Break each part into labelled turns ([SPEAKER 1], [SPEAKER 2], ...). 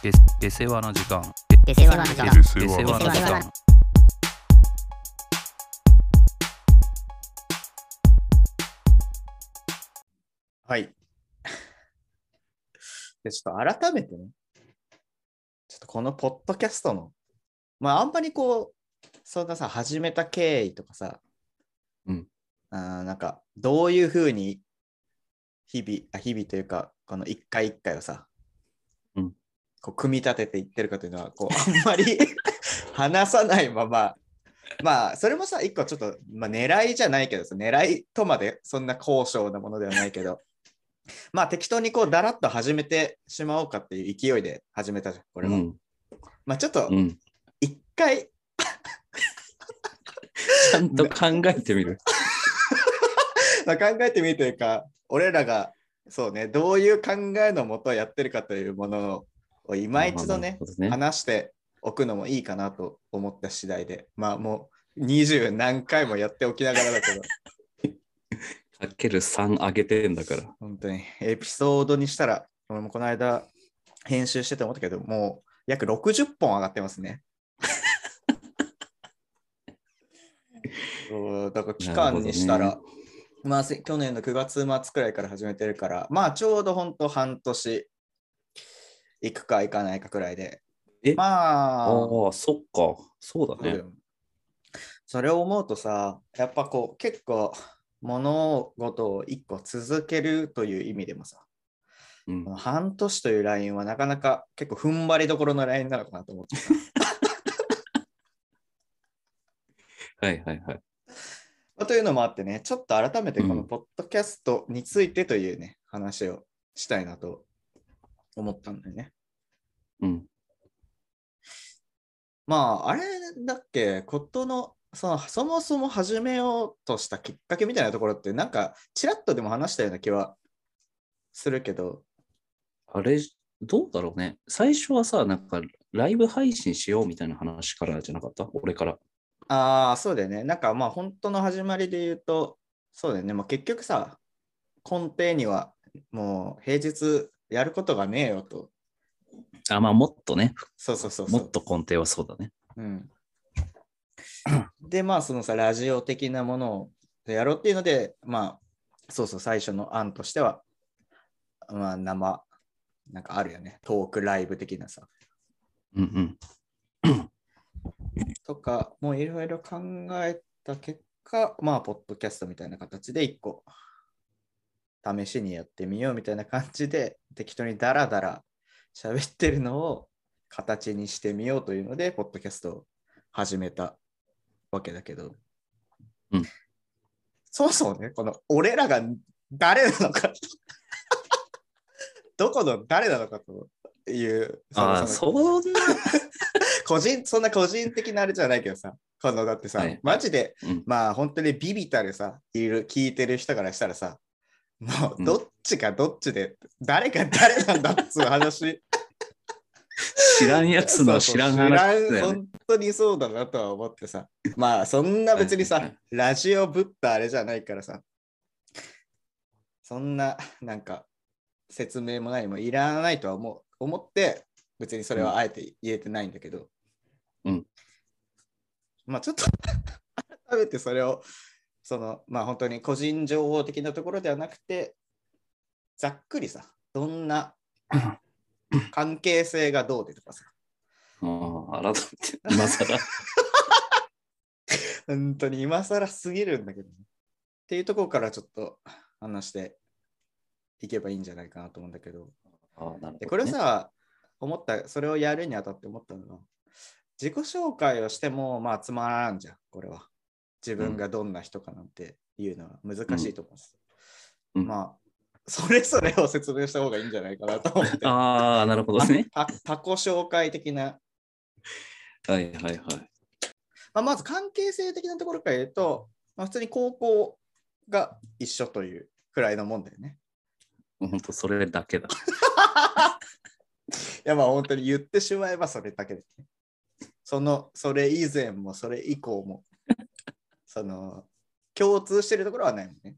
[SPEAKER 1] 下世話の時間。
[SPEAKER 2] 下世話の時間。
[SPEAKER 1] 下世話の時間。
[SPEAKER 3] はい。で、ちょっと改めてね、ちょっとこのポッドキャストの、あんまりそんなさ、始めた経緯とかさ、なんか、どういうふうに日々というか、この一回一回をさ、組み立てていってるかというのは、あんまり話さないまま、それもさ、一個ちょっと、狙いじゃないけどさ、狙いとまでそんな高尚なものではないけど、適当にだらっと始めてしまおうかっていう勢いで始めたじゃん、これは。ちょっと、一回、
[SPEAKER 1] ちゃんと考えてみる。
[SPEAKER 3] 考えてみるというか、俺らが、そうね、どういう考えのもとやってるかというものを今一度ね、話しておくのもいいかなと思った次第で、もう20何回もやっておきながらだけど。
[SPEAKER 1] かける3上げてんだから。
[SPEAKER 3] 本当に、エピソードにしたら、俺もこの間編集してて思ったけど、もう約60本上がってますね。だから期間にしたら、去年の9月末くらいから始めてるから、ちょうど本当半年行くか行かないかくらいで。
[SPEAKER 1] そっか、そうだね。
[SPEAKER 3] それを思うとさ、やっぱ結構物事を一個続けるという意味でもさ、半年というラインはなかなか結構踏ん張りどころのラインなのかなと思ってさ。
[SPEAKER 1] はいはいはい。
[SPEAKER 3] というのもあってね、ちょっと改めてこのポッドキャストについてというね、話をしたいなと思ったんだよね。あれだっけ、そもそも始めようとしたきっかけみたいなところって、なんかちらっとでも話したような気はするけど。
[SPEAKER 1] あれ、どうだろうね。最初はさ、なんかライブ配信しようみたいな話からじゃなかった？俺から。
[SPEAKER 3] そうだよね。なんか本当の始まりで言うと、そうだよね。結局さ、根底にはもう平日やることがねえよと。
[SPEAKER 1] もっとね。
[SPEAKER 3] そう。
[SPEAKER 1] もっと根底はそうだね。
[SPEAKER 3] で、そのさ、ラジオ的なものをやろうっていうので、最初の案としては、なんかあるよね。トークライブ的なさ。とか、もういろいろ考えた結果、ポッドキャストみたいな形で一個、試しにやってみようみたいな感じで、適当にダラダラ喋ってるのを形にしてみようというので、ポッドキャストを始めたわけだけど、そもそもね、この俺らが誰なのかどこの誰なのかという、
[SPEAKER 1] そんな
[SPEAKER 3] そんな個人的なあれじゃないけどさ、だってさ、マジで、本当にビビたるさ、聞いてる人からしたらさ、もうどっちかどっちで、誰が誰なんだっつう話。
[SPEAKER 1] 知らんやつの知らん話だよね。
[SPEAKER 3] 本当にそうだなとは思ってさ、そんな別にさ、ラジオぶったあれじゃないからさ、そんななんか説明も何もいらないとは思って、別にそれはあえて言えてないんだけど、ちょっと改めてそれを本当に個人情報的なところではなくて、ざっくりさ、どんな関係性がどうでとかさ。
[SPEAKER 1] 改めて、今更。
[SPEAKER 3] 本当に今更すぎるんだけど、ね。っていうところからちょっと話していけばいいんじゃないかなと思うんだけど。
[SPEAKER 1] なるほどね。
[SPEAKER 3] でこれさ、それをやるにあたって思ったのは、自己紹介をしてもつまらんじゃん、これは。自分がどんな人かなんていうのは難しいと思うんです。それぞれを説明した方がいいんじゃないかなと思って。
[SPEAKER 1] なるほどね。
[SPEAKER 3] 他己紹介的な。
[SPEAKER 1] はいはいはい。
[SPEAKER 3] まず関係性的なところから言うと、普通に高校が一緒というくらいのもんだよね。
[SPEAKER 1] 本当それだけだ。
[SPEAKER 3] いや本当に言ってしまえばそれだけですね。それ以前もそれ以降も共通してるところはないもんね。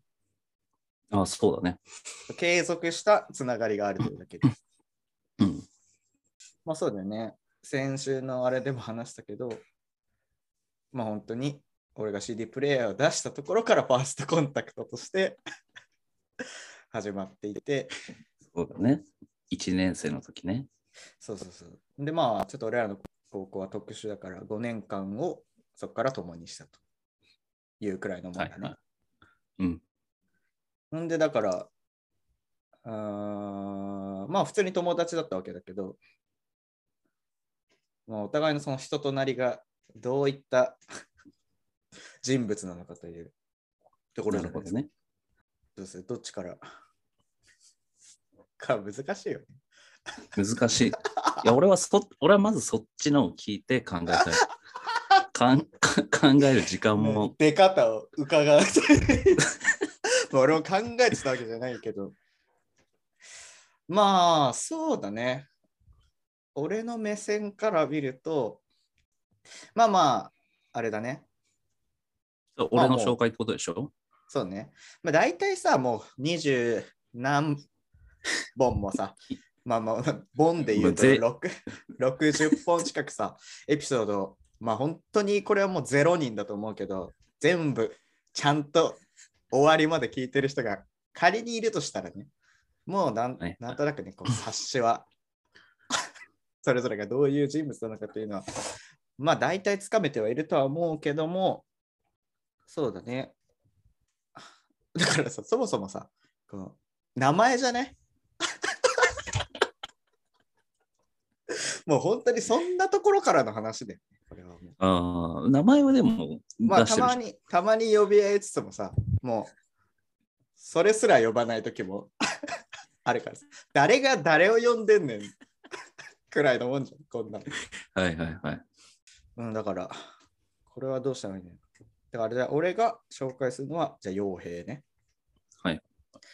[SPEAKER 1] そうだね。
[SPEAKER 3] 継続したつながりがあるというだけです。 まあそうだよね。先週のあれでも話したけど、まあ本当に俺が CD プレイヤーを出したところからファーストコンタクトとして始まっていて。
[SPEAKER 1] そうだね。1年生の時ね。
[SPEAKER 3] そうそうそう。でまあちょっと俺らの高校は特殊だから5年間をそこから共にしたというくらいのもんだね。はいはい、
[SPEAKER 1] うん。
[SPEAKER 3] ほんでだからまあ普通に友達だったわけだけど、まあ、お互いのその人となりがどういった人物なのかというところじゃないですか。ね。どっちからか難しいよね。
[SPEAKER 1] 難しい。いや、俺はまずそっちのを聞いて考えたい。考える時間も。
[SPEAKER 3] ね、出方を伺う。俺も考えてたわけじゃないけど。まあ、そうだね。俺の目線から見ると、まあまあ、あれだね。
[SPEAKER 1] 俺の紹介ってことでしょ？
[SPEAKER 3] そうね。まあ大体さ、もう20何本もさ、まあまあ、本で言うと60本近くさ、エピソード、まあ本当にこれはもう0人だと思うけど、全部ちゃんと終わりまで聞いてる人が仮にいるとしたらね、もうなんとなくね、こう察しは、それぞれがどういう人物なのかというのは、まあ大体つかめてはいるとは思うけども、そうだね。だからさ、そもそもさ、この名前じゃねもう本当にそんなところからの話で、これはも
[SPEAKER 1] う。名前はでも
[SPEAKER 3] まあたまに呼び合いつつもさ、もうそれすら呼ばない時もあるからさ、誰が誰を呼んでんねんくらいのもんじゃん、こんなの。
[SPEAKER 1] はいはいはい。
[SPEAKER 3] だから、これはどうしたらいいの？だから俺が紹介するのは、じゃあ傭兵ね。
[SPEAKER 1] はい。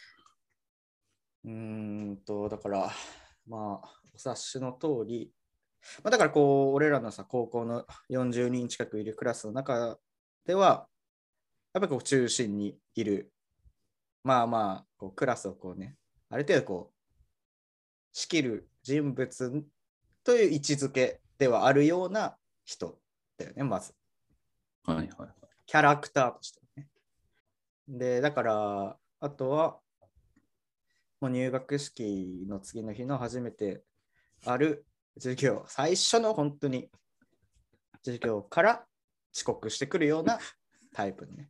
[SPEAKER 3] だから、まあ、お察しの通り、まあ、だからこう、俺らのさ、高校の40人近くいるクラスの中では、やっぱりこう中心にいる、まあまあ、こうクラスをこうね、ある程度こう、仕切る人物という位置づけではあるような人だよね、まず。
[SPEAKER 1] はいはいはい。
[SPEAKER 3] キャラクターとしてね。で、だから、あとは、もう入学式の次の日の初めてある授業、最初の本当に授業から遅刻してくるようなタイプのね。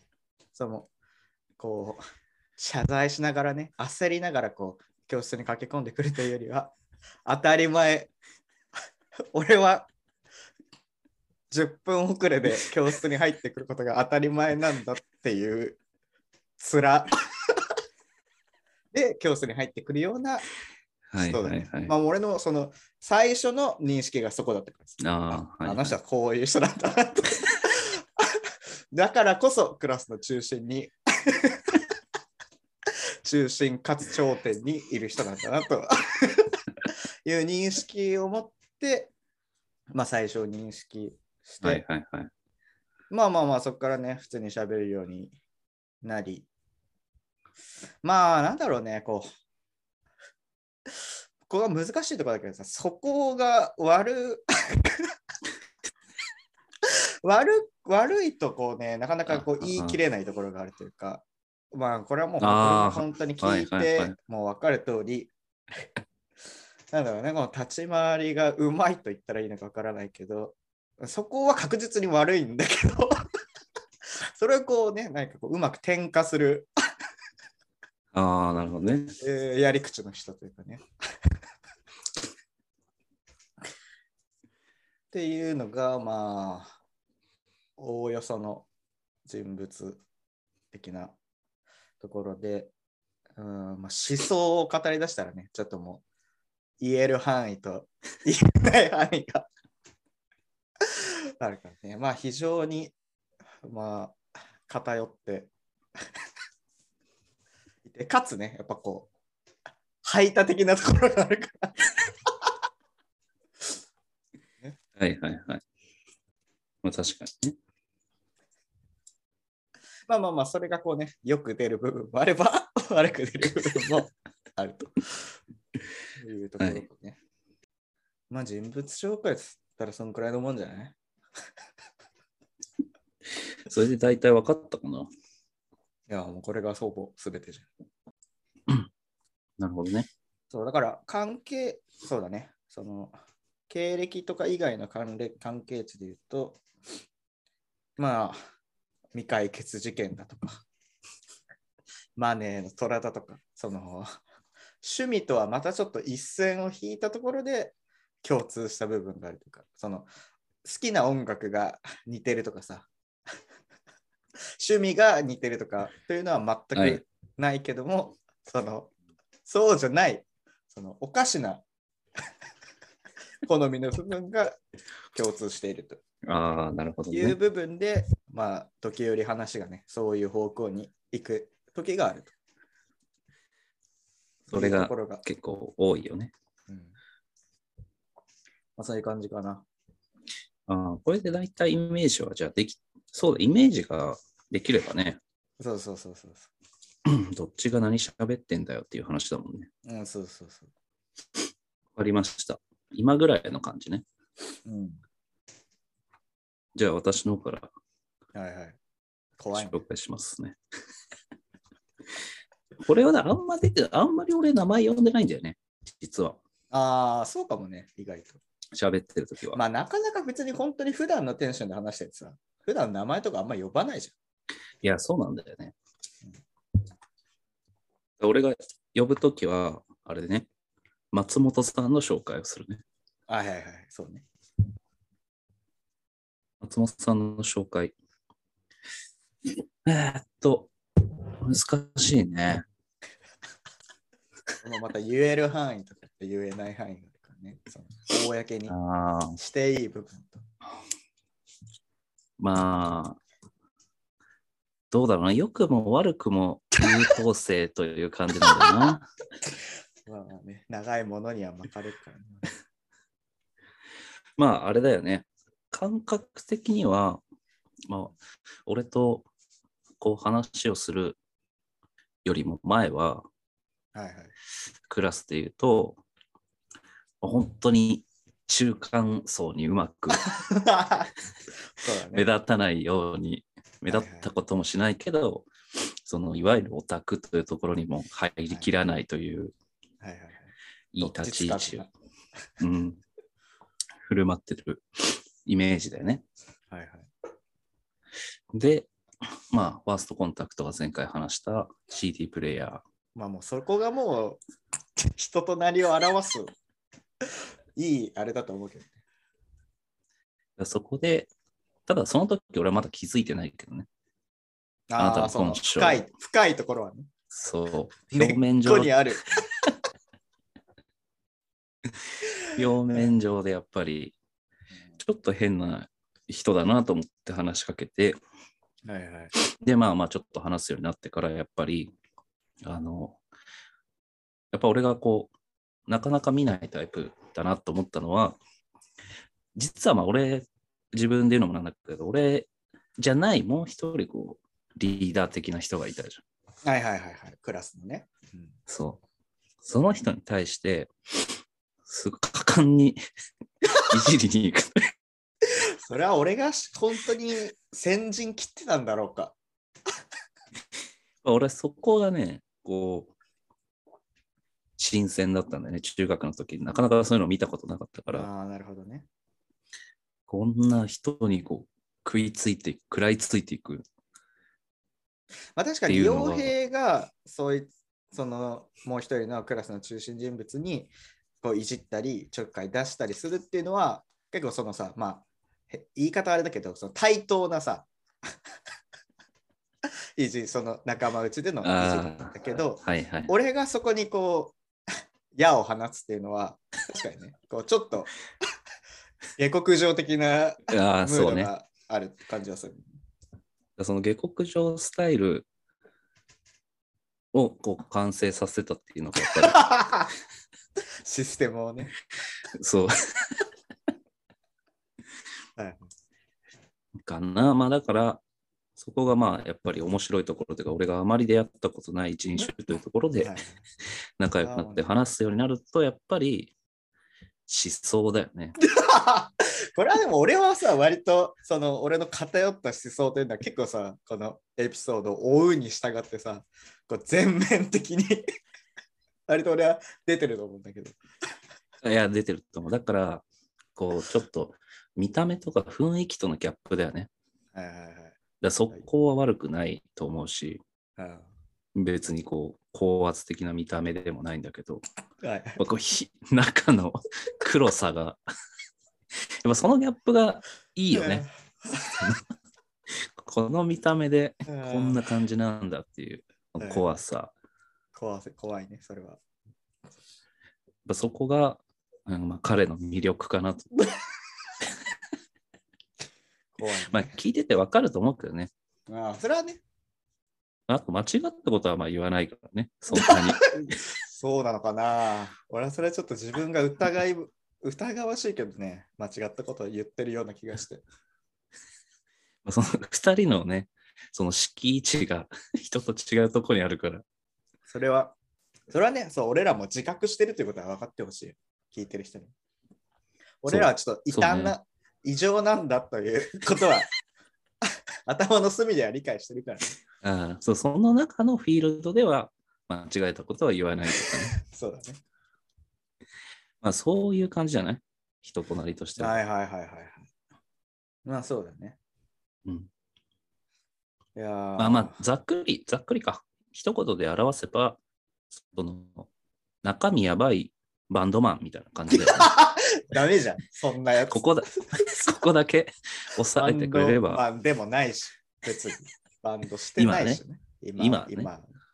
[SPEAKER 3] こう、謝罪しながらね、焦りながらこう、教室に駆け込んでくるというよりは、当たり前、俺は10分遅れで教室に入ってくることが当たり前なんだっていう面で教室に入ってくるような人だね。はいはいはい、まあ俺のその最初の認識がそこだったから、あの人はこういう人なんだなと。だからこそクラスの中心に中心かつ頂点にいる人なんだなという認識を持って、まあ最初認識して、
[SPEAKER 1] はいはいはい、
[SPEAKER 3] まあそこからね普通に喋るようになり、まあなんだろうね、ここが難しいところだけどさ、そこが悪いとこうね、なかなかこう言い切れないところがあるというか、まあこれはもう本当に聞いてもう分かる通り、なんだろうね、この立ち回りがうまいと言ったらいいのか分からないけど、そこは確実に悪いんだけどそれをこうね、なんかこううまく転化する
[SPEAKER 1] なるほどね、
[SPEAKER 3] やり口の人というかねっていうのがまあおおよその人物的なところで、まあ、思想を語り出したらね、ちょっともう言える範囲と言えない範囲があるからね、まあ非常にまあ偏ってかつね、やっぱこう排他的なところがあるから
[SPEAKER 1] はいはいはい。まあ確かにね。
[SPEAKER 3] まあそれがこうね、よく出る部分もあれば悪く出る部分もあるというところね。はい、 まあ人物紹介っつったらそんくらいのもんじゃない？
[SPEAKER 1] それで大体分かったかな。
[SPEAKER 3] いや、もうこれがほぼ全てじ
[SPEAKER 1] ゃん。なるほどね。
[SPEAKER 3] そうだからそうだね。その経歴とか以外の関係値で言うと、まあ、未解決事件だとか、マネーの虎だとか、その趣味とはまたちょっと一線を引いたところで共通した部分があるというか、その好きな音楽が似てるとかさ、趣味が似てるとかというのは全くないけども、そうじゃない、そのおかしな好みの部分が共通していると
[SPEAKER 1] なるほどね。
[SPEAKER 3] いう部分で、まあ、時折話がね、そういう方向に行く時があると。
[SPEAKER 1] それが結構多いよね。
[SPEAKER 3] まあ、そういう感じかな。
[SPEAKER 1] これで大体イメージはじゃあそうだ、イメージができればね。
[SPEAKER 3] そう。
[SPEAKER 1] どっちが何喋ってんだよっていう話だもんね。
[SPEAKER 3] そう。
[SPEAKER 1] わかりました。今ぐらいの感じね。じゃあ私の方から紹介しますね。これはあんまり俺名前呼んでないんだよね、実は。
[SPEAKER 3] そうかもね、意外と。
[SPEAKER 1] 喋ってるときは。
[SPEAKER 3] まあなかなか別に本当に普段のテンションで話しててさ、普段名前とかあんま呼ばないじゃん。
[SPEAKER 1] いや、そうなんだよね。俺が呼ぶときは、あれでね、松本さんの紹介をするね。
[SPEAKER 3] そうね。
[SPEAKER 1] 松本さんの紹介。難しいね。
[SPEAKER 3] また言える範囲とか言えない範囲があるからね。公にしていい部分と。
[SPEAKER 1] まあ、どうだろうな。良くも悪くも優等生という感じなんだよな。
[SPEAKER 3] まあね、長いものには巻かれるからね。
[SPEAKER 1] まあ、あれだよね。感覚的には、まあ、俺とこう話をするよりも前は、クラスで言うと、本当に中間層にうまく目立たないように、目立ったこともしないけど、いわゆるオタクというところにも入りきらないといういい立ち位置を、振る舞ってるイメージだよね。で、まあ、ファーストコンタクトが前回話した CD プレイヤー。
[SPEAKER 3] まあもうそこがもう人となりを表すいいあれだと思うけどね。
[SPEAKER 1] そこで、ただその時俺はまだ気づいてないけどね。あなたの本性。
[SPEAKER 3] 深いところはね。
[SPEAKER 1] そう。表面上
[SPEAKER 3] にある。
[SPEAKER 1] 表面上でやっぱりちょっと変な人だなと思って話しかけて、でまあちょっと話すようになってからやっぱりやっぱ俺がこうなかなか見ないタイプだなと思ったのは、実はまあ俺自分で言うのもなんだけど、俺じゃないもう一人こうリーダー的な人がいたじ
[SPEAKER 3] ゃん。クラスのね。
[SPEAKER 1] そう。その人に対してすごく果敢にいじりに行く。
[SPEAKER 3] それは俺が本当に先陣切ってたんだろうか。
[SPEAKER 1] 俺そこがね、こう新鮮だったんだよね。中学の時なかなかそういうの見たことなかったから。
[SPEAKER 3] なるほどね。
[SPEAKER 1] こんな人にこう食らいついていく。
[SPEAKER 3] まあ確かに傭兵がそのもう一人のクラスの中心人物にこういじったりちょっかい出したりするっていうのは結構そのさ、まあ言い方あれだけど、その対等なさその仲間内でのいじりだけど、俺がそこにこう矢を放つっていうのは確かにね、こうちょっと下克上的なムードがある感じはする。
[SPEAKER 1] その下克上スタイルをこう完成させたっていうのがやっぱ
[SPEAKER 3] りシステムをね。
[SPEAKER 1] そう。かな。まあだからそこがまあやっぱり面白いところというか、俺があまり出会ったことない人種というところで仲良くなって話すようになると、やっぱり想だよね。
[SPEAKER 3] これはでも俺はさ、割とその俺の偏った思想というのは結構さ、このエピソードを追うに従ってさ、こう全面的に割と俺は出てると思うんだけど。
[SPEAKER 1] いや、出てると思う。だから、こう、ちょっと見た目とか雰囲気とのギャップだよね。
[SPEAKER 3] はいはいはい。
[SPEAKER 1] だそこは悪くないと思うし、
[SPEAKER 3] はい、
[SPEAKER 1] 別にこう高圧的な見た目でもないんだけど、
[SPEAKER 3] はい、
[SPEAKER 1] こう中の黒さがやっぱそのギャップがいいよね。この見た目でこんな感じなんだっていう怖さ。
[SPEAKER 3] 怖いね、それは。
[SPEAKER 1] そこが、まあ、彼の魅力かなと。怖いね、まあ聞いててわかると思うけどね。
[SPEAKER 3] ああ、それはね。
[SPEAKER 1] あと間違ったことはまあ言わないからね、そんなに。
[SPEAKER 3] そうなのかな。俺はそれはちょっと自分が疑わしいけどね、間違ったことを言ってるような気がして。
[SPEAKER 1] その2人のね、その敷地が人と違うところにあるから。
[SPEAKER 3] それはね、そう、俺らも自覚してるということは分かってほしい。聞いてる人に。俺らはちょっと異端な、ね、異常なんだということは頭の隅では理解してるから、ね。
[SPEAKER 1] そう、その中のフィールドでは間違えたことは言わないとかね。
[SPEAKER 3] そうだね。
[SPEAKER 1] まあそういう感じじゃない？人となりとしては。
[SPEAKER 3] はいはいはいはい。まあそうだね。
[SPEAKER 1] うん。
[SPEAKER 3] いや
[SPEAKER 1] まあざっくりか。一言で表せば、その中身やばいバンドマンみたいな感じで、ね。
[SPEAKER 3] ダメじゃん、そんなやつ。
[SPEAKER 1] ここだけ抑えてくれれば。
[SPEAKER 3] バンドマンでもないし、別にバンドしてないしね。
[SPEAKER 1] 今ね。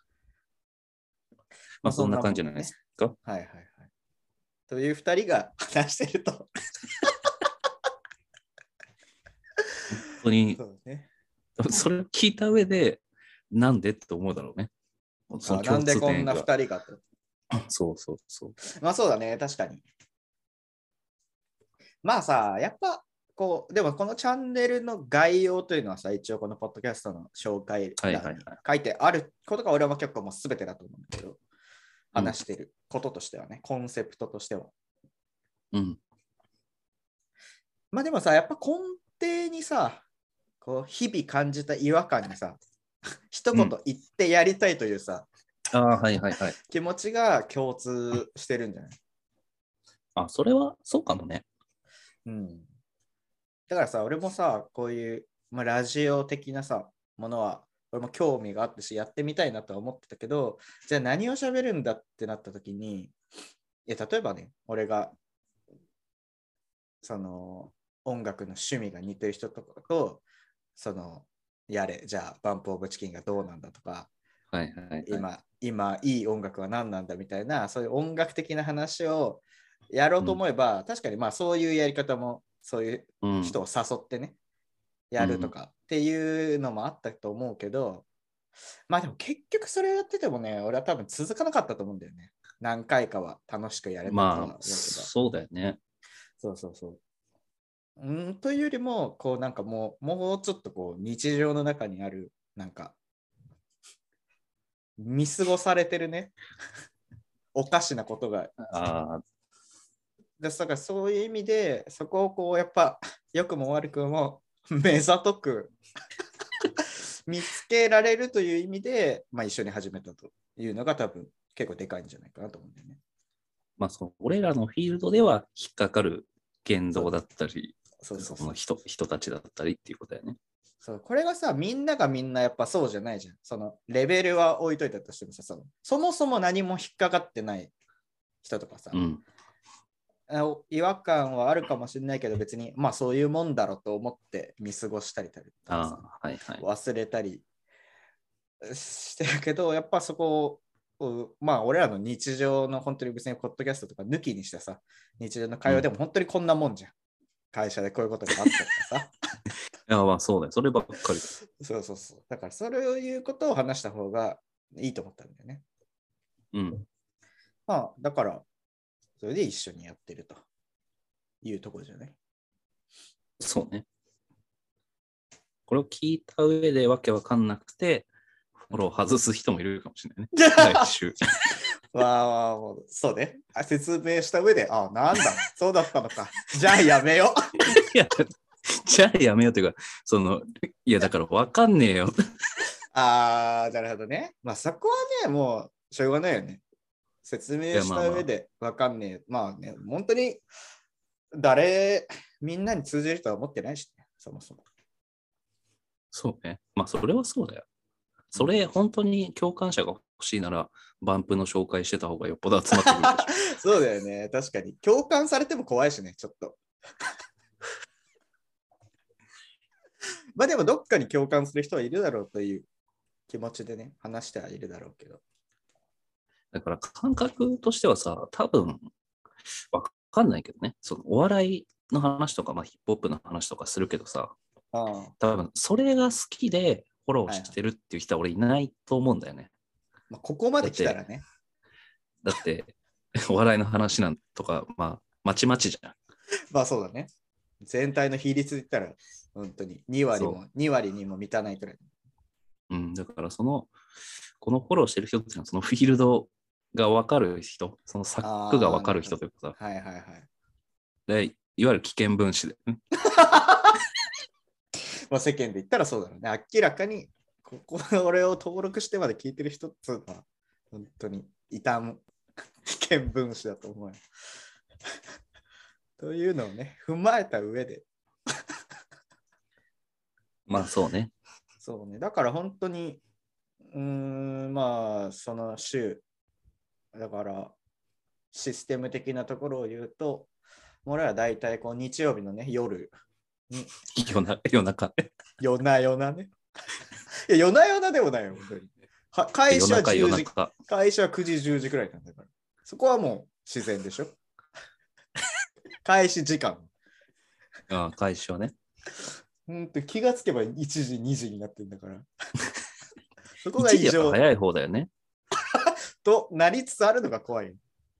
[SPEAKER 1] まあそんな感じじゃないですか。
[SPEAKER 3] はいはいはい。という2人が話してると。本
[SPEAKER 1] 当に、それを聞いた上で、なんでって思うだろうね。
[SPEAKER 3] なんでこんな2人がと。
[SPEAKER 1] そうそうそう。
[SPEAKER 3] まあそうだね、確かに。まあさ、やっぱこう、でもこのチャンネルの概要というのはさ、一応このポッドキャストの紹介欄に書いてあることが俺は結構もう全てだと思うんだけど、話してることとしてはね、コンセプトとしては。
[SPEAKER 1] うん。
[SPEAKER 3] まあでもさ、やっぱ根底にさ、こう日々感じた違和感にさ、一言言ってやりたいというさ、
[SPEAKER 1] はいはいはい、
[SPEAKER 3] 気持ちが共通してるんじゃない？
[SPEAKER 1] それはそうかもね。
[SPEAKER 3] うん。だからさ、俺もさ、こういう、まあ、ラジオ的なさ、ものは、俺も興味があってし、やってみたいなとは思ってたけど、じゃあ何を喋るんだってなった時に、いや、例えばね、俺が、その、音楽の趣味が似てる人とかと、その、じゃあ、バンプ・オブ・チキンがどうなんだとか、
[SPEAKER 1] はいはいはい、
[SPEAKER 3] 今いい音楽は何なんだみたいな、そういう音楽的な話をやろうと思えば、確かにまあそういうやり方も、そういう人を誘ってね、やるとかっていうのもあったと思うけど、まあでも結局それをやっててもね、俺は多分続かなかったと思うんだよね。何回かは楽しくやれたとは思うけど。
[SPEAKER 1] そうだよね。
[SPEAKER 3] そうそうそう。というよりも、こうなんかもうちょっとこう日常の中にある、なんか、見過ごされてるね。おかしなことが。だからそういう意味で、そこをこうやっぱ、良くも悪くも目ざとく見つけられるという意味で、まあ、一緒に始めたというのが多分結構でかいんじゃないかなと思うんだよね。
[SPEAKER 1] まあ俺らのフィールドでは引っかかる言動だったり、その人たちだったりっていうことだよね。
[SPEAKER 3] そうこれがさ、みんながみんなやっぱそうじゃないじゃん。そのレベルは置いといたとしてもさ、そもそも何も引っかかってない人とかさ、違和感はあるかもしれないけど、別にまあそういうもんだろうと思って見過ごしたりとか忘れたりしてるけど、やっぱそこをまあ俺らの日常の本当に別にポッドキャストとか抜きにしてさ、日常の会話でも本当にこんなもんじゃん。会社でこういうことがあったとかさ。
[SPEAKER 1] いやまあそうだよ、そればっかり。
[SPEAKER 3] そう。だからそういうことを話した方がいいと思ったんだよね。まあだからそれで一緒にやってるというところじゃない。
[SPEAKER 1] そうね。これを聞いた上でわけわかんなくてフォロー外す人もいるかもしれないね。来週。
[SPEAKER 3] まあ、もうそうね。説明した上で、なんだ、そうだったのか。じゃあやめよ
[SPEAKER 1] いや、じゃあやめようというか、いや、だから分かんねえよ。
[SPEAKER 3] なるほどね。まあそこはね、もうしょうがないよね。説明した上で分かんねえ。まあね、本当にみんなに通じるとは思ってないしね、そもそも。
[SPEAKER 1] そうね。まあそれはそうだよ。それ、本当に共感者が欲しいなら、バンプの紹介してた方がよっぽど集まってくるでしょ。
[SPEAKER 3] そうだよね。確かに。共感されても怖いしね、ちょっと。まあでも、どっかに共感する人はいるだろうという気持ちでね、話してはいるだろうけど。
[SPEAKER 1] だから感覚としてはさ、多分、わかんないけどね、そのお笑いの話とか、まあ、ヒップホップの話とかするけどさ、多分、それが好きでフォローしてるっていう人は俺いないと思うんだよね。
[SPEAKER 3] まあ、ここまで来たらね。
[SPEAKER 1] だって、お笑いの話なんとか、まあ、まちまちじゃん。
[SPEAKER 3] まあそうだね。全体の比率で言ったら、本当に2割にも満たないくらい。
[SPEAKER 1] うん、だからこのフォローしてる人っていうのは、そのフィールドが分かる人、その作が分かる人というかさ、
[SPEAKER 3] はいはいはい。
[SPEAKER 1] でいわゆる危険分子で。
[SPEAKER 3] まあ世間で言ったらそうだろうね。明らかに、俺を登録してまで聞いてる人っていうのは、本当に異端、危険分子だと思う。というのをね、踏まえた上で。
[SPEAKER 1] まあそうね。
[SPEAKER 3] そうね。だから本当に、まあ、その週、だからシステム的なところを言うと、俺は大体こう日曜日のね、夜に。
[SPEAKER 1] 夜中。
[SPEAKER 3] 夜な夜なね。いや、夜な夜なでもないよ、本当に。開始は10時。開始は9時、10時くらいなんだから。そこはもう自然でしょ。開始時間。
[SPEAKER 1] 開始はね。
[SPEAKER 3] 気がつけば1時、2時になってるんだから。そこが異常。
[SPEAKER 1] 早い方だよね。
[SPEAKER 3] となりつつあるのが怖い。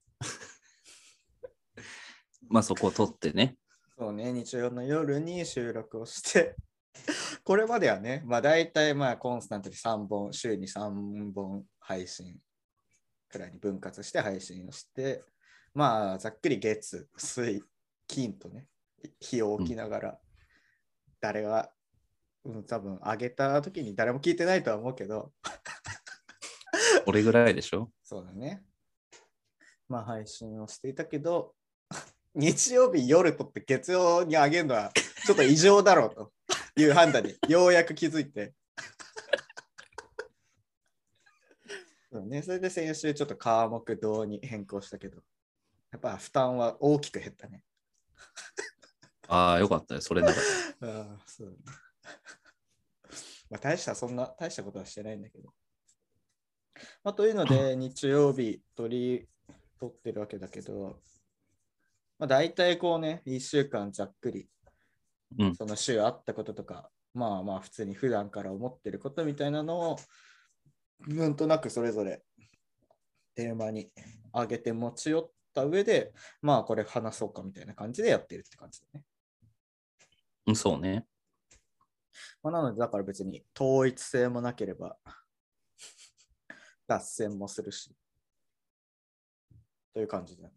[SPEAKER 1] まあそこを取ってね。
[SPEAKER 3] そうね、日曜の夜に収録をして、これまではね、まあ大体まあコンスタントに3本、週に3本配信くらいに分割して配信をして、まあざっくり月、水、金とね、日を置きながら、誰が、多分上げた時に誰も聞いてないとは思うけど、
[SPEAKER 1] 俺ぐらいでしょ。
[SPEAKER 3] そうだね。まあ配信をしていたけど、日曜日夜とって月曜に上げるのはちょっと異常だろうという判断にようやく気づいて。そうね、それで先週ちょっと科目堂に変更したけど、やっぱ負担は大きく減ったね。
[SPEAKER 1] ああ、よかったよ、それなら。
[SPEAKER 3] そうね。まあそんな大したことはしてないんだけど。まあ、というので、日曜日取ってるわけだけど、まあ、大体こうね、1週間ざっくり、その週あったこととか、まあまあ普通に普段から思ってることみたいなのを、なんとなくそれぞれテーマに上げて持ち寄った上で、まあこれ話そうかみたいな感じでやってるって感じだ
[SPEAKER 1] ね。そうね。
[SPEAKER 3] まあ、なのでだから別に統一性もなければ脱線もするしという感じだ。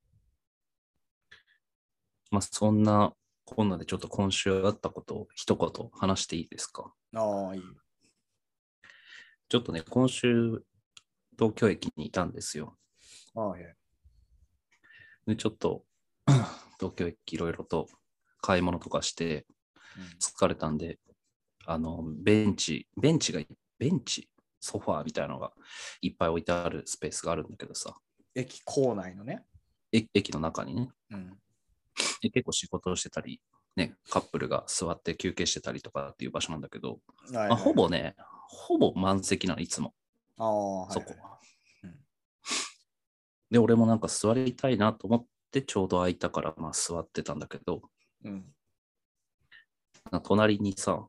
[SPEAKER 1] まあそんなこんなでちょっと今週あったことを一言話していいですか。
[SPEAKER 3] いい。
[SPEAKER 1] ちょっとね、今週東京駅にいたんですよ。でちょっと東京駅いろいろと買い物とかして疲れたんで、ベンチ、ソファーみたいなのがいっぱい置いてあるスペースがあるんだけどさ。
[SPEAKER 3] 駅構内のね。
[SPEAKER 1] 駅の中にね。結構仕事をしてたり、ね、カップルが座って休憩してたりとかっていう場所なんだけど、ほぼ満席なの、いつも。そこ。で、俺もなんか座りたいなと思ってちょうど空いたから、まあ座ってたんだけど、隣にさ、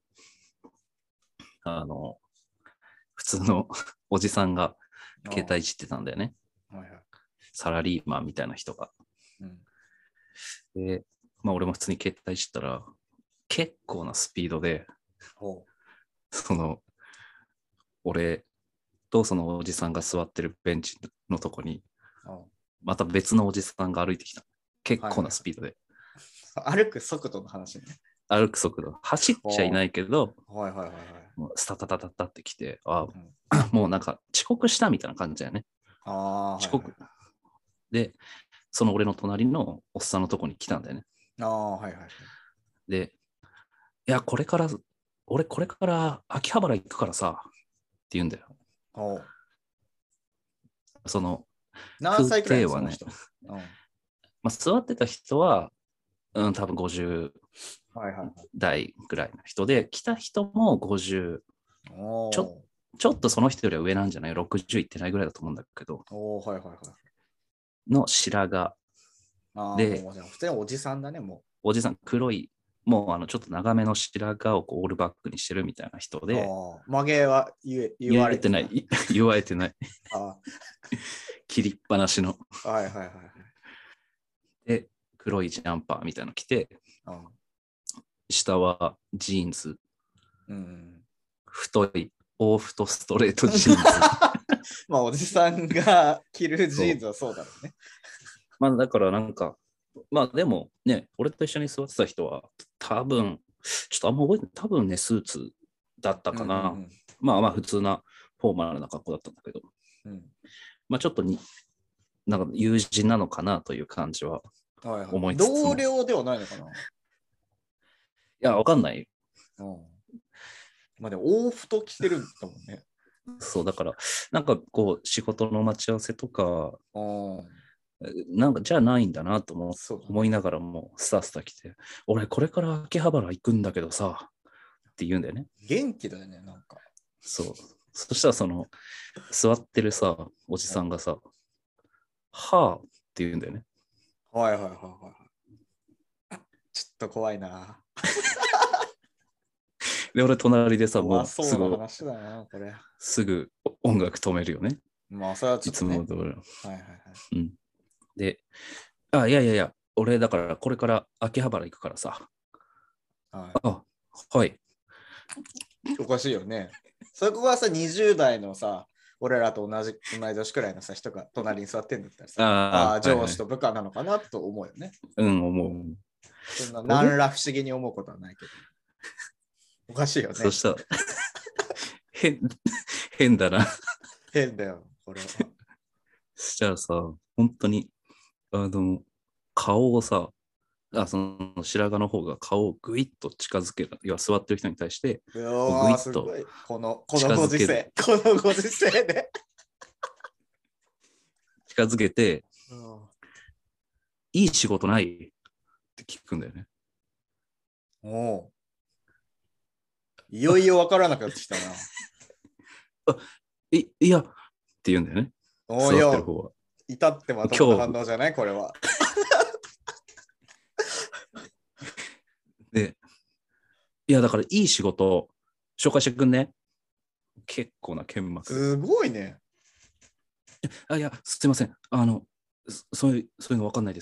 [SPEAKER 1] 普通のおじさんが携帯いじってたんだよね。サラリーマンみたいな人が。で、まあ俺も普通に携帯いじったら、結構なスピードで、俺とそのおじさんが座ってるベンチのとこに、また別のおじさんが歩いてきた。結構なスピードで。
[SPEAKER 3] 歩く速度の話ね。
[SPEAKER 1] 歩く速度。走っちゃいないけど、
[SPEAKER 3] も
[SPEAKER 1] うスタタタタタってきて、もうなんか遅刻したみたいな感じだよね。遅刻。で、その俺の隣のおっさんのとこに来たんだよね。で、いや、俺これから秋葉原行くからさ、って言うんだよ。その、
[SPEAKER 3] 何歳くらいはね、
[SPEAKER 1] 座ってた人は、多分50代ぐらいの人で、来た人も50、ちょっとその人よりは上なんじゃない ?60 いってないぐらいだと思うんだけど、の白髪で、
[SPEAKER 3] 普通におじさんだね、もう。
[SPEAKER 1] おじさん、黒い、もうちょっと長めの白髪をオールバックにしてるみたいな人で、
[SPEAKER 3] 曲げは言われてない。
[SPEAKER 1] 言われてない。切りっぱなしの。で、黒いジャンパーみたいなの着て、下はジーンズ、太い、大太ストレートジーンズ。
[SPEAKER 3] まあ、おじさんが着るジーンズはそうだろうね。
[SPEAKER 1] まあ、だからなんか、まあでもね、俺と一緒に座ってた人は、多分、ちょっとあんま覚えてない、多分ね、スーツだったかな。まあ普通なフォーマルな格好だったんだけど、まあちょっとなんか友人なのかなという感じは思いつつも。
[SPEAKER 3] 同僚ではないのかな。い
[SPEAKER 1] や、わかんない。
[SPEAKER 3] まあでも、大太着てるんだもんね。
[SPEAKER 1] そう、だから、なんかこう、仕事の待ち合わせとか、なんかじゃないんだなと思いながらもスタスタ来て、俺これから秋葉原行くんだけどさって言うんだよね。
[SPEAKER 3] 元気だよね、なんか。
[SPEAKER 1] そう。そしたら座ってるさ、おじさんがさ、はぁって言うんだよね。
[SPEAKER 3] ちょっと怖いな。
[SPEAKER 1] で、俺隣でさ、もう
[SPEAKER 3] す
[SPEAKER 1] ぐ音楽止めるよね。
[SPEAKER 3] まあ、それはちょっと、ね、
[SPEAKER 1] いつも通り。で、いや、俺だからこれから秋葉原行くからさ。はい。
[SPEAKER 3] おかしいよね。そこはさ、20代のさ、俺らと同い年くらいのさ、人が隣に座ってんだったらさ、上司と部下なのかなと思うよね。
[SPEAKER 1] 思う。
[SPEAKER 3] そんな何ら不思議に思うことはないけど。おかしいよね。
[SPEAKER 1] そしたら、変だな。
[SPEAKER 3] 変だよ、これは。
[SPEAKER 1] そしたらさ、本当に、顔をさ、その白髪の方が顔をぐいっと近づける。要は座ってる人に対して、ぐいっと
[SPEAKER 3] このご時世。このご時世で。
[SPEAKER 1] 近づけて、いい仕事ないって聞くんだよね。
[SPEAKER 3] いよいよ分からなくなってきたな。
[SPEAKER 1] いやって言うんだよね。座ってる方は。
[SPEAKER 3] 至ってまともな反応じゃないこれは。
[SPEAKER 1] で、いやだからいい仕事紹介してくんね。結構な剣幕。
[SPEAKER 3] すごいね。
[SPEAKER 1] いや、すいません。そういうの分かんないです。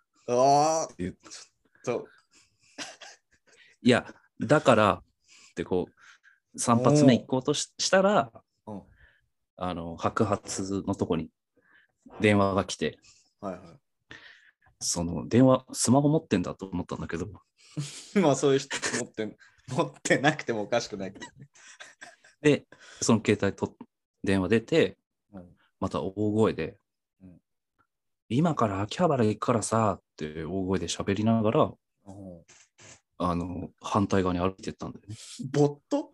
[SPEAKER 1] いや、だからってこう、3発目行こうとしたら、白髪のとこに電話が来て、その電話、スマホ持ってんだと思ったんだけど。
[SPEAKER 3] まあそういう人持ってなくてもおかしくないけどね。
[SPEAKER 1] で、その携帯電話出て、また大声で、今から秋葉原行くからさって大声で喋りながら、反対側に歩いてったんだよね。
[SPEAKER 3] ボット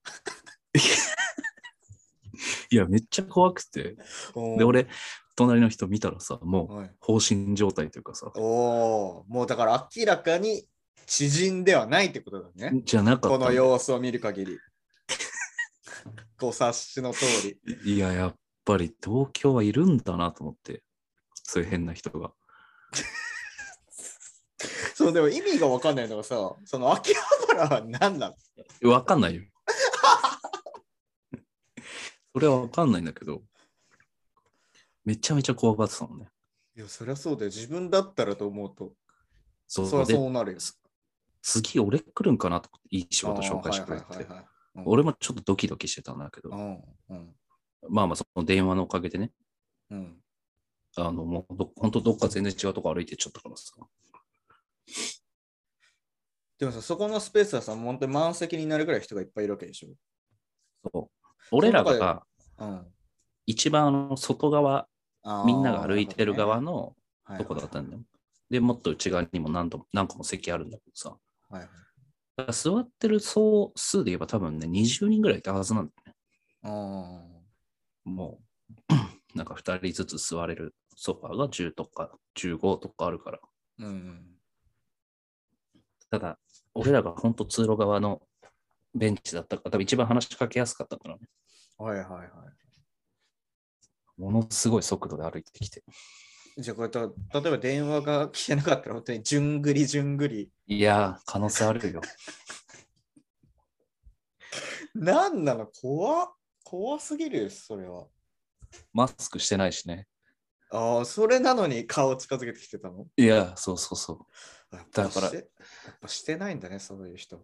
[SPEAKER 1] いや、めっちゃ怖くて。で、俺、隣の人見たらさ、もう放心状態というかさ。
[SPEAKER 3] もうだから明らかに知人ではないってことだね。
[SPEAKER 1] じゃなかった。
[SPEAKER 3] この様子を見る限り。ご察しの通
[SPEAKER 1] り。いや、やっぱり東京はいるんだなと思って。そういう変な人が。
[SPEAKER 3] そう、でも意味が分かんないのがさ、その秋葉原は何なの？
[SPEAKER 1] 分かんないよ。それは分かんないんだけど、めちゃめちゃ怖がってたもんね。
[SPEAKER 3] いや、そりゃそうだよ。自分だったらと思うと。そりゃそうなるよ。
[SPEAKER 1] 次、俺来るんかなと思って、いい仕事紹介してくれて。俺もちょっとドキドキしてたんだけど、まあその電話のおかげでね、
[SPEAKER 3] うん。
[SPEAKER 1] もう本当どっか全然違うとこ歩いてっちゃったからさ。
[SPEAKER 3] でもさ、そこのスペースはさ、本当に満席になるぐらい人がいっぱいいるわけでしょ。
[SPEAKER 1] そう。俺ら
[SPEAKER 3] その中で、
[SPEAKER 1] が
[SPEAKER 3] うん。
[SPEAKER 1] 一番外側、みんなが
[SPEAKER 3] ああ、な
[SPEAKER 1] 歩いてる
[SPEAKER 3] るほどね。
[SPEAKER 1] 側のと
[SPEAKER 3] はいはいはい。
[SPEAKER 1] こだったんだよ。で、もっと内側にも何個も席あるんだけどさ。
[SPEAKER 3] はいはい。
[SPEAKER 1] だから座ってる総数で言えば多分ね、20人ぐらいいたはずなんだよね。
[SPEAKER 3] あ
[SPEAKER 1] もう、なんか2人ずつ座れるソファーが10とか15とかあるから。
[SPEAKER 3] あ。うん。
[SPEAKER 1] ただ、俺らが本当通路側のベンチだったから、多分一番話しかけやすかったからね。
[SPEAKER 3] はいはいはい。
[SPEAKER 1] ものすごい速度で歩いてきて。
[SPEAKER 3] じゃあこれと、例えば電話が来てなかったら本当にじゅんぐりじゅんぐり。
[SPEAKER 1] いやー、可能性あるよ。
[SPEAKER 3] なんなの怖すぎるよ、それは。
[SPEAKER 1] マスクしてないしね。
[SPEAKER 3] ああ、それなのに顔近づけてきてたの？
[SPEAKER 1] いや、そうそうそう。だから、
[SPEAKER 3] やっぱしてないんだね、そういう人って。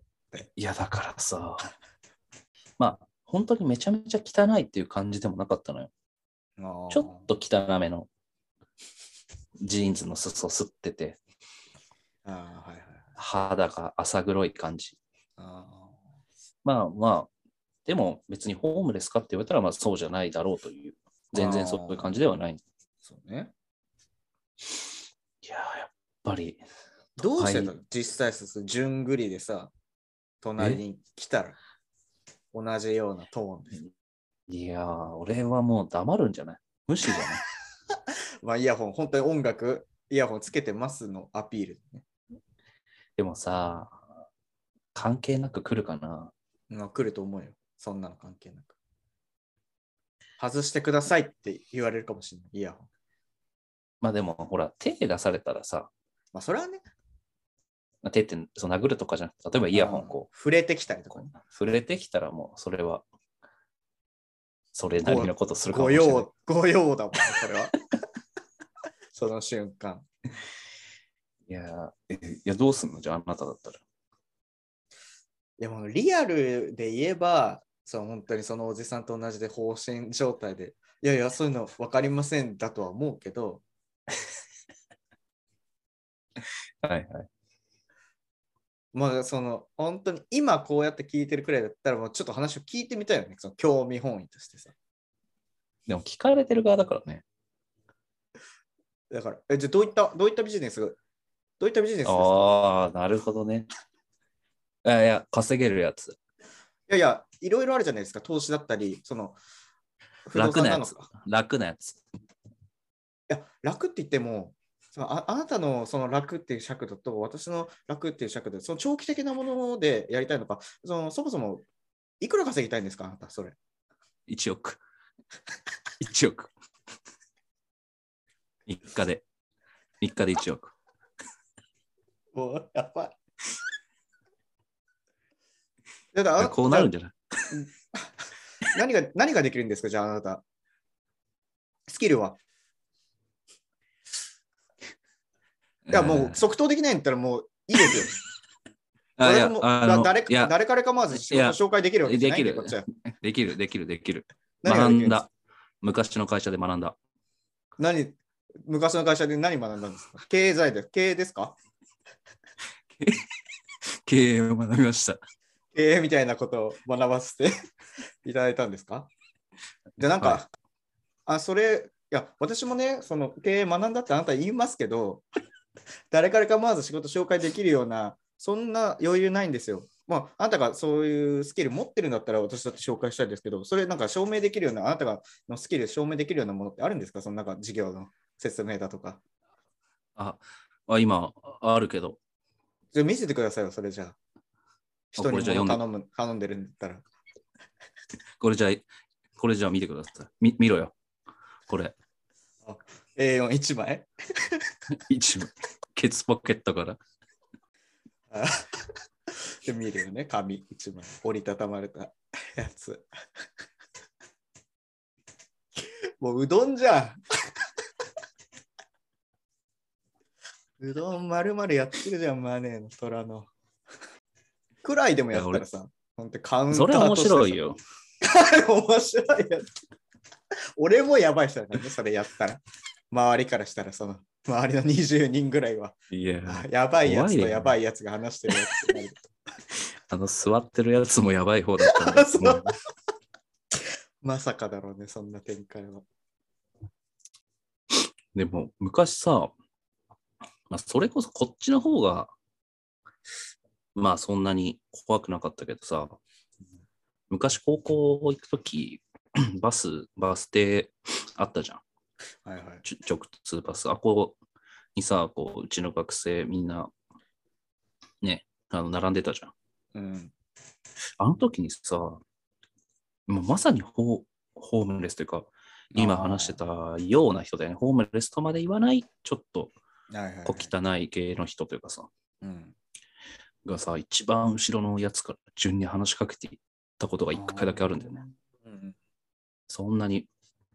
[SPEAKER 1] いや、だからさ、まあ、本当にめちゃめちゃ汚いっていう感じでもなかったのよ。ちょっと汚めのジーンズの裾吸ってて、
[SPEAKER 3] はいはい、
[SPEAKER 1] 肌が浅黒い感じ。まあまあ、でも別にホームレスかって言われたらまあそうじゃないだろうという、全然そういう感じではない。
[SPEAKER 3] そうね。
[SPEAKER 1] いややっぱり。
[SPEAKER 3] どうしてたの実際さ、じゅんぐりでさ、隣に来たら同じようなトーンで。
[SPEAKER 1] いや俺はもう黙るんじゃない？無視じゃない？
[SPEAKER 3] まあイヤホン、本当に音楽、イヤホンつけてますのアピール、ね。
[SPEAKER 1] でもさ、関係なく来るかな？
[SPEAKER 3] 来ると思うよ。そんなの関係なく。外してくださいって言われるかもしれない、イヤホン。
[SPEAKER 1] まあでも、ほら、手出されたらさ、
[SPEAKER 3] まあそれはね。
[SPEAKER 1] 手ってその殴るとかじゃなくて、例えばイヤホンこ
[SPEAKER 3] う触れてきたりとか、ね。
[SPEAKER 1] 触れてきたらもう、それは、それなりのことするかもしれない。
[SPEAKER 3] ご用だもん、それは。その瞬間。
[SPEAKER 1] いや、どうすんのじゃあ、あなただったら。
[SPEAKER 3] いや、もうリアルで言えば、本当にそのおじさんと同じで放心状態で、いやいや、そういうの分かりませんだとは思うけど、
[SPEAKER 1] はいはい。
[SPEAKER 3] まあ、本当に今こうやって聞いてるくらいだったら、もうちょっと話を聞いてみたいよね、その興味本位としてさ。
[SPEAKER 1] でも聞かれてる側だからね。
[SPEAKER 3] だから、じゃあどういったビジネスですか？
[SPEAKER 1] ああ、なるほどね。いや、稼げるやつ。
[SPEAKER 3] いや、いろいろあるじゃないですか。投資だったり、不動産なのか。
[SPEAKER 1] 楽なやつ。
[SPEAKER 3] いや、楽って言っても、あなたのその楽っていう尺度と私の楽っていう尺度、その長期的なものでやりたいのか、そもそもいくら稼ぎたいんですか、あなた、それ。
[SPEAKER 1] 1億。1億。3日で1億。
[SPEAKER 3] もう、やばい。だ
[SPEAKER 1] こうなるんじゃない？
[SPEAKER 3] 何ができるんですか、じゃああなた。スキルは。いや、もう即答できないんだったらもういいですよ。誰彼構わず仕事紹介できるわけじゃないんで、こっちは。
[SPEAKER 1] できる。学んだ。昔の会社で学んだ。
[SPEAKER 3] 昔の会社で何学んだんですか？経営ですか？
[SPEAKER 1] 経営を学びました。
[SPEAKER 3] 経営みたいなことを学ばせていただいたんですか？じゃあなんか、はい、いや、私もね、その経営学んだってあなた言いますけど、誰からかまず仕事紹介できるような、そんな余裕ないんですよ。まあ、あなたがそういうスキル持ってるんだったら私だって紹介したいですけど、それなんか証明できるような、あなたがのスキル証明できるようなものってあるんですか？そのなんか事業の説明だとか。
[SPEAKER 1] 今、あるけど。
[SPEAKER 3] じゃあ見せてくださいよ、それじゃあ。人に物頼んでるんだったら。
[SPEAKER 1] これじゃあ見てください。見ろよ。これ。
[SPEAKER 3] A41 枚
[SPEAKER 1] 1枚。ケツポケットから。
[SPEAKER 3] で見るよね、紙1枚。折りたたまれたやつ。もううどんじゃん。うどん丸々やってるじゃん、マネーの虎の。くらいでもやったらさ、本当カウンターとして
[SPEAKER 1] それ面白いよ。
[SPEAKER 3] 面白いやつ。 俺もやばい人だからね、それやったら。周りからしたら、その周りの20人ぐらいは、
[SPEAKER 1] いや、
[SPEAKER 3] やばいやつとやばいやつが話してるやつってなる。
[SPEAKER 1] 座ってるやつもやばい方だったんですね。
[SPEAKER 3] まさかだろうね、そんな展開は。
[SPEAKER 1] でも、昔さ、それこそこっちの方が、そんなに怖くなかったけどさ、昔高校行くとき、バス停あったじゃん。
[SPEAKER 3] はいはい。
[SPEAKER 1] 直通バス。こうにさ、うちの学生みんな、ね、並んでたじゃん。
[SPEAKER 3] うん。
[SPEAKER 1] あの時にさ、もうまさにホームレスというか、今話してたような人だよね。ホームレスとまで言わない、ちょっと小汚い系の人というかさ、がさ、一番後ろのやつから順に話しかけていったことが一回だけあるんだよね。そんなに、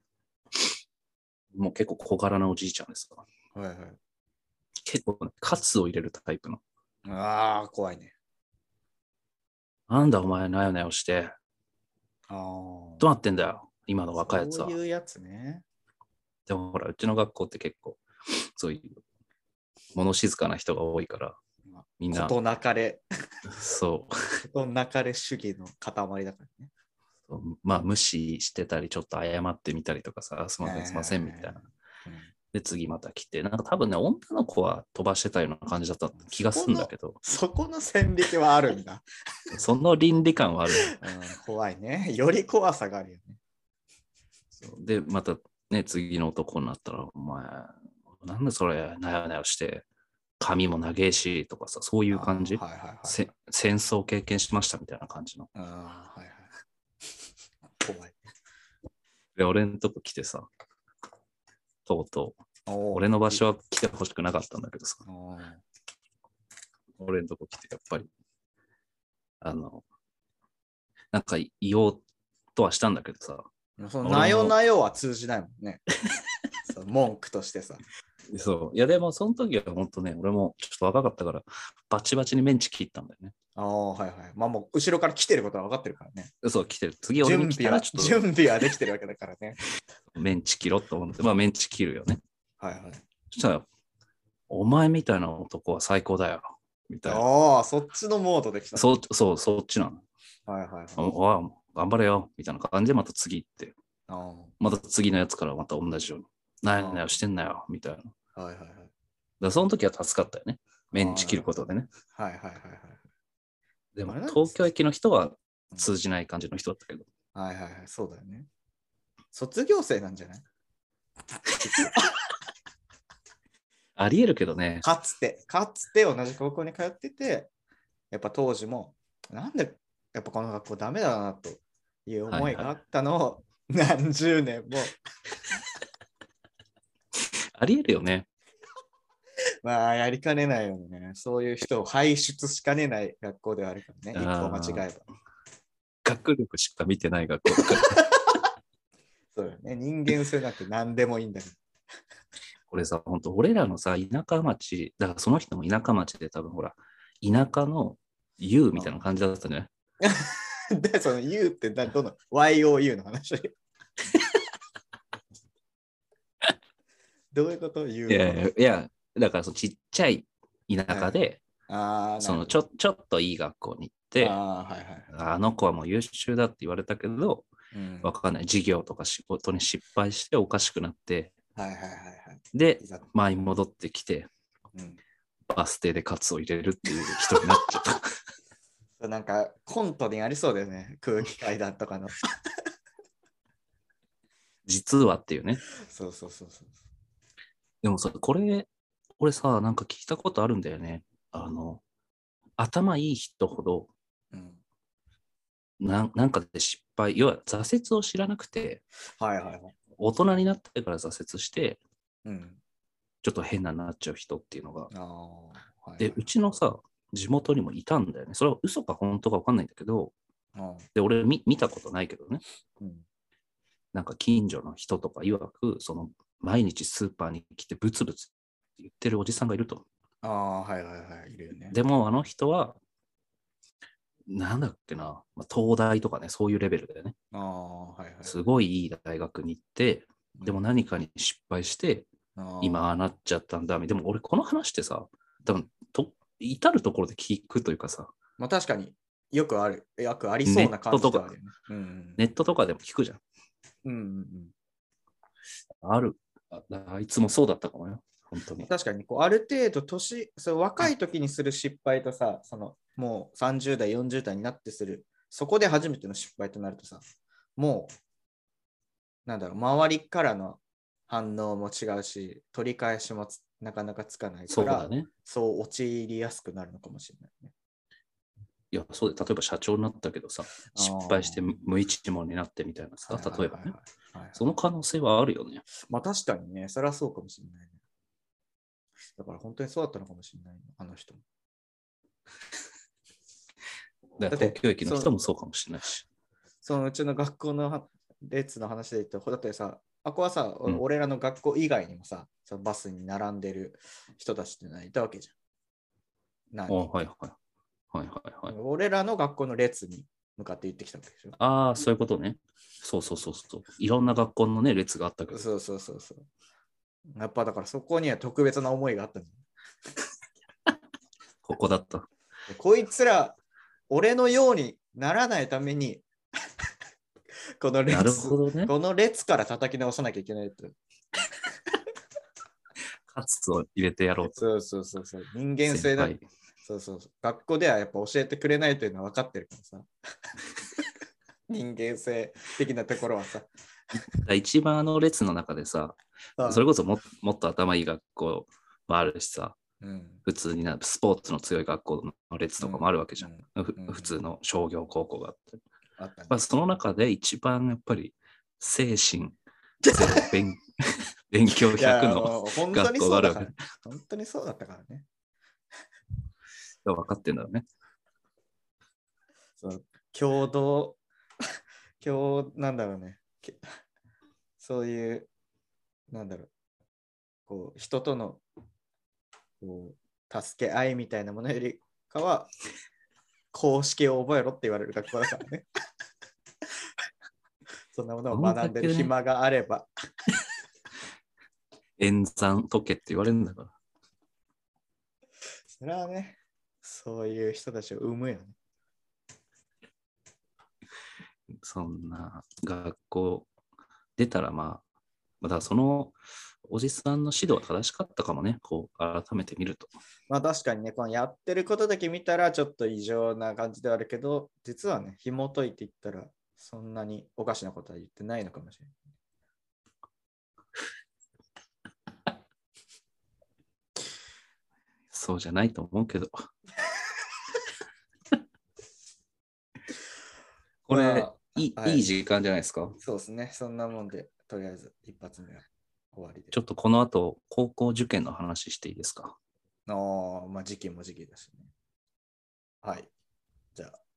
[SPEAKER 1] もう結構小柄なおじいちゃんですか。結構、カツを入れるタイプの。
[SPEAKER 3] ああ、怖いね。
[SPEAKER 1] なんだお前、なよなよして。どうなってんだよ、今の若いやつは。
[SPEAKER 3] そういうやつね。
[SPEAKER 1] でもほら、うちの学校って結構、そういう物静かな人が多いから、みんな。
[SPEAKER 3] 事なかれ。
[SPEAKER 1] そう。
[SPEAKER 3] 事なかれ主義の塊だからね。
[SPEAKER 1] 無視してたり、ちょっと謝ってみたりとかさ、すみませんみたいな。で、次また来て、なんか多分ね、女の子は飛ばしてたような感じだった気がするんだけど。
[SPEAKER 3] そこの線引きはあるんだ。
[SPEAKER 1] その倫理観はある、
[SPEAKER 3] 怖いね。より怖さがあるよね。
[SPEAKER 1] で、またね、次の男になったら、お前、なんでそれ、なよなよして、髪も長えしとかさ、そういう感じ。戦争経験しましたみたいな感じの。
[SPEAKER 3] 怖い。
[SPEAKER 1] で、俺のとこ来てさ、とうとう、俺の場所は来てほしくなかったんだけどさ、俺のとこ来て、やっぱり、なんか言おうとはしたんだけどさ、
[SPEAKER 3] そのなよなよは通じないもんね。文句としてさ。
[SPEAKER 1] そう。いや、でも、その時は本当ね、俺もちょっと若かったから、バチバチにメンチ切ったんだよね。
[SPEAKER 3] もう、後ろから来てることは分かってるからね。
[SPEAKER 1] そう、来てる。次、俺に来たらちょっと。
[SPEAKER 3] 準備はできてるわけだからね。
[SPEAKER 1] メンチ切ろうと思って、メンチ切るよね。そしたら、お前みたいな男は最高だよ。みたいな。
[SPEAKER 3] そっちのモードできた。
[SPEAKER 1] そっちなの。頑張れよ。みたいな感じでまた次行って。また次のやつからまた同じように。なよしてんなよ。みたいな。だその時は助かったよね。メンチ切ることでね。でも東京駅の人は通じない感じの人だったけど。
[SPEAKER 3] そうだよね。卒業生なんじゃない
[SPEAKER 1] ありえるけどね。
[SPEAKER 3] かつて同じ高校に通ってて、やっぱ当時も、なんでやっぱこの学校ダメだなという思いがあったのを何十年も。
[SPEAKER 1] ありえるよね。
[SPEAKER 3] やりかねないよね。そういう人を輩出しかねない学校ではあるからね。一歩間違えば。
[SPEAKER 1] 学力しか見てない学校だから。
[SPEAKER 3] そうよね。人間性なんて何でもいいんだけど。
[SPEAKER 1] これさ、本当俺らのさ、田舎町、だからその人も田舎町で多分ほら、田舎の U みたいな感じだったね。
[SPEAKER 3] で、その U ってどの YOU の話どういうこと ?U
[SPEAKER 1] いや、だからそのちっちゃい田舎で、そのちょっといい学校に行って、あの子はもう優秀だって言われたけど、わかんない。授業とか仕事に失敗しておかしくなって、で、前に戻ってきて、バス停でカツを入れるっていう人になっちゃった。
[SPEAKER 3] なんかコントにありそうだよね。空気階段とかの。
[SPEAKER 1] 実はっていうね。
[SPEAKER 3] そう。
[SPEAKER 1] でもさ、これ、俺さ、なんか聞いたことあるんだよね。頭いい人ほど、なんかで失敗、要は挫折を知らなくて、大人になってから挫折して、ちょっと変なになっちゃう人っていうのが。で、うちのさ、地元にもいたんだよね。それは嘘か本当か分かんないんだけど、で、俺見たことないけどね。なんか近所の人とか曰く、その毎日スーパーに来てブツブツ言ってるおじさんがいると。
[SPEAKER 3] いるよね。
[SPEAKER 1] でもあの人は、 なんだっけな、東大とかね、そういうレベルだよね。すごいいい大学に行って、でも何かに失敗して、今ああなっちゃったんだ。でも俺この話ってさ、多分至るところで聞くというかさ、
[SPEAKER 3] まあ確かによくありそうな感じではあるよね。
[SPEAKER 1] ネットとかでも聞くじゃん。ある。あいつもそうだったかもよ。本当に。
[SPEAKER 3] 確かにある程度若い時にする失敗とさ、もう30代、40代になってする、そこで初めての失敗となるとさ、もう、なんだろう、周りからの反応も違うし、取り返しもなかなかつかないから、そう陥りやすくなるのかもしれないね。
[SPEAKER 1] いや、そうで、例えば社長になったけどさ、失敗して無一文になってみたいなさ、例えばね。その可能性はあるよね。
[SPEAKER 3] まあ確かにね、それはそうかもしれないね。だから本当にそうだったのかもしれない、あの人も。
[SPEAKER 1] 東京駅の人もそうかもしれないし。
[SPEAKER 3] そのうちの学校の列の話で言うと、だってさ、ここはさ、俺らの学校以外にもさ、そのバスに並んでる人たちってのはいたわけじゃん。
[SPEAKER 1] はいはい。
[SPEAKER 3] 俺らの学校の列に向かって行ってきたわけでしょ。
[SPEAKER 1] ああ、そういうことね。そう。いろんな学校のね、列があったけど。
[SPEAKER 3] そう。やっぱだからそこには特別な思いがあったんだ。
[SPEAKER 1] ここだった。
[SPEAKER 3] こいつら、俺のようにならないためにこの列、
[SPEAKER 1] なるほどね、
[SPEAKER 3] この列から叩き直さなきゃいけないと。
[SPEAKER 1] カツを入れてやろうと。
[SPEAKER 3] そう。人間性だ。そう。学校ではやっぱ教えてくれないというのは分かってるからさ。人間性的なところはさ。
[SPEAKER 1] 一番列の中でさ、それこそもっと頭いい学校もあるしさ、普通にスポーツの強い学校の列とかもあるわけじゃん。普通の商業高校があって。その中で一番やっぱり精神勉強100の学校があるわけ。
[SPEAKER 3] 本当にそうだったからね。
[SPEAKER 1] 分かってんだろうね。
[SPEAKER 3] なんだろうね。そういう、なんだろう。人との助け合いみたいなものよりかは、公式を覚えろって言われる学校だからね。そんなものを学んでる暇があれば。
[SPEAKER 1] 演算解けって言われるんだから。
[SPEAKER 3] それはね、そういう人たちを生むよね。
[SPEAKER 1] そんな学校出たらまだそのおじさんの指導は正しかったかもね、改めて見ると。
[SPEAKER 3] まあ確かにね、このやってることだけ見たらちょっと異常な感じではあるけど、実はね、紐解いていったらそんなにおかしなことは言ってないのかもしれない。
[SPEAKER 1] そうじゃないと思うけど。これ、いい時間じゃないですか。
[SPEAKER 3] そうですね。そんなもんで、とりあえず一発目は終わりで。
[SPEAKER 1] ちょっとこの後、高校受験の話していいですか。
[SPEAKER 3] まあ時期も時期だしね。はい。じゃあ。